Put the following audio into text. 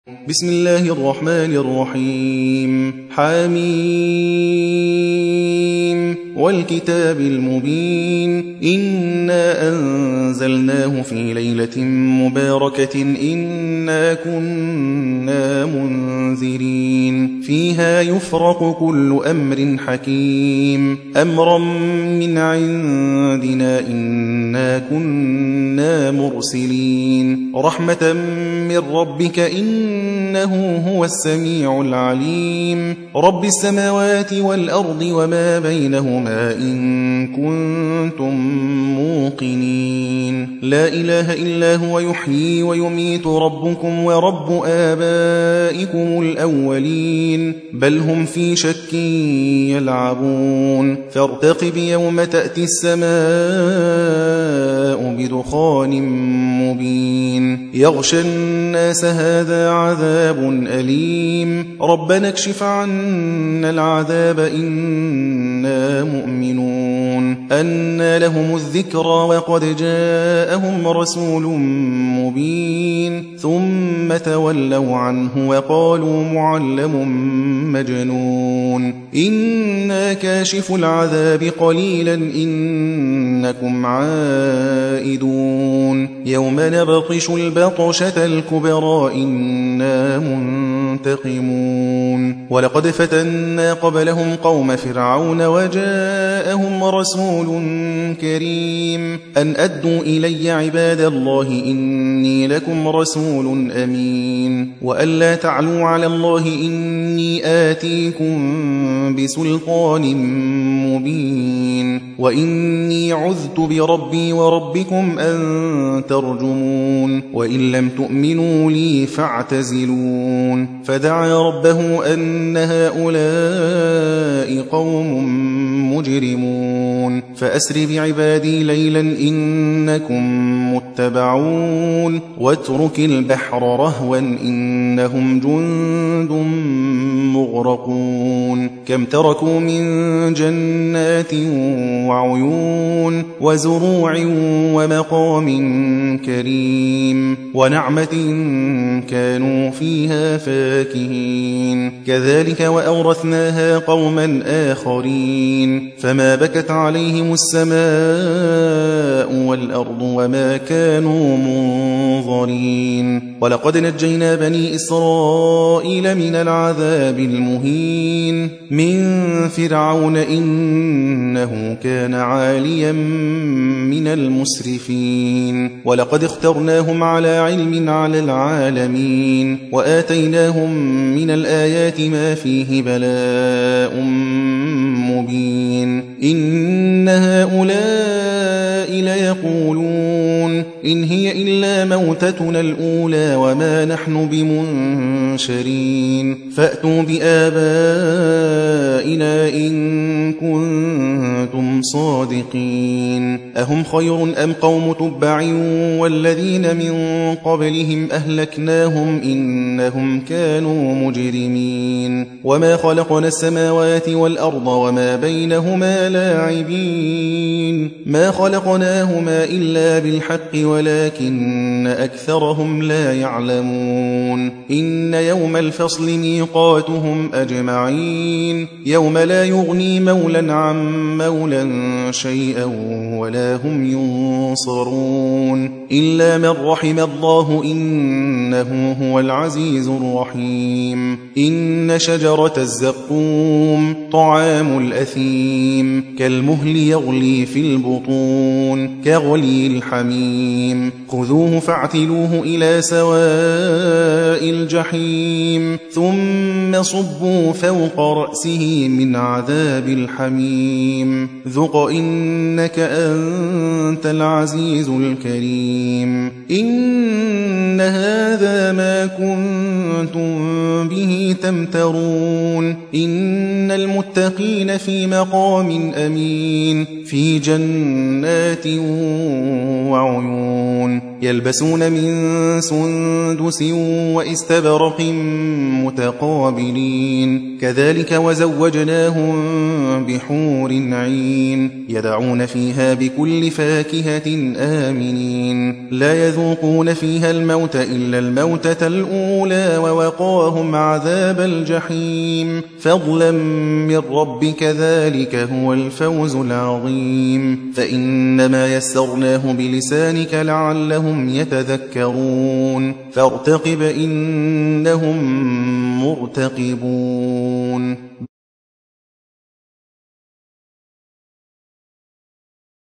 بسم الله الرحمن الرحيم حميم والكتاب المبين إنا أنزلناه في ليلة مباركة إنا كنا منذرين فيها يفرق كل أمر حكيم أمرا من عندنا إنا كنا مرسلين رحمة من ربك إنه هو السميع العليم رب السماوات والأرض وما بينهما إن كنتم موقنين لا إله إلا هو يحيي ويميت ربكم ورب آبائكم الأولين بل هم في شك يلعبون فارتقب يوم تأتي السماء بدخان مبين يغشى الناس هذا عذاب أليم ربنا اكشف عنا العذاب إنا مؤمنون أنى لهم الذكرى وقد جاءهم رسول مبين ثم تولوا عنه وقالوا معلم مجنون إنا كاشف العذاب قليلا إنكم عائدون يوم نبطش البطشة الكبرى إنا منتقمون ولقد فتنا قبلهم قوم فرعون وجاءهم رسول كريم أن أدوا إلي عباد الله إني لكم رسول أمين وأن لا تعلوا على الله إني آتيكم بسلطان مبين وإني عذت بربي وربكم أن ترجمون وإن لم تؤمنوا لي فاعتزلون فدعا ربه أن هؤلاء قوم مجرمون فأسر بعبادي ليلا إنكم متبعون واترك البحر رهوا إنهم جند مغرقون كم تركوا من جنات وعيون وزروع ومقام كريم ونعمة كانوا فيها فاكهين كذلك وأورثناها قوما آخرين فما بكت عليهم السماء والأرض وما كانوا منظرين ولقد نجينا بني إسرائيل من العذاب المهين من فرعون إنه كان عاليا من المسرفين ولقد اخترناهم على علم على العالمين وآتيناهم من الآيات ما فيه بلاء مبين إن هؤلاء ليقولون إن هي إلا موتتنا الأولى وما نحن بمنشرين فأتوا بآبائنا إن كنتم صادقين أهم خير أم قوم تبع والذين من قبلهم أهلكناهم إنهم كانوا مجرمين وما خلقنا السماوات والأرض وما بينهما لاعبين ما خلقناهما إلا بالحق ولكن أكثرهم لا يعلمون إن يوم الفصل ميقاتهم أجمعين يوم لا يغني مولا عن مولا شيئا ولا هم ينصرون إلا من رحم الله إنه هو العزيز الرحيم إن شجرة الزقوم طعام الأثيم كالمهل يغلي في البطون كغلي الحميم خذوه فاعتلوه إلى سواء الجحيم ثم صبوا فوق رأسه من عذاب الحميم ذق إنك أنت العزيز الكريم إن هذا ما كنتم به تمترون إن المتقين في مقام أمين في جنات وعيون يلبسون من سندس وإستبرق متقابلين كذلك وزوجناهم بحور عين يدعون فيها بكل فاكهة آمنين لا يذوقون فيها الموت إلا الموتة الأولى ووقاهم عذاب الجحيم فضلا من ربك ذلك هو الفوز العظيم فإنما يسرناه بلسانك لعلهم يتذكرون فارتقب إنهم مرتقبون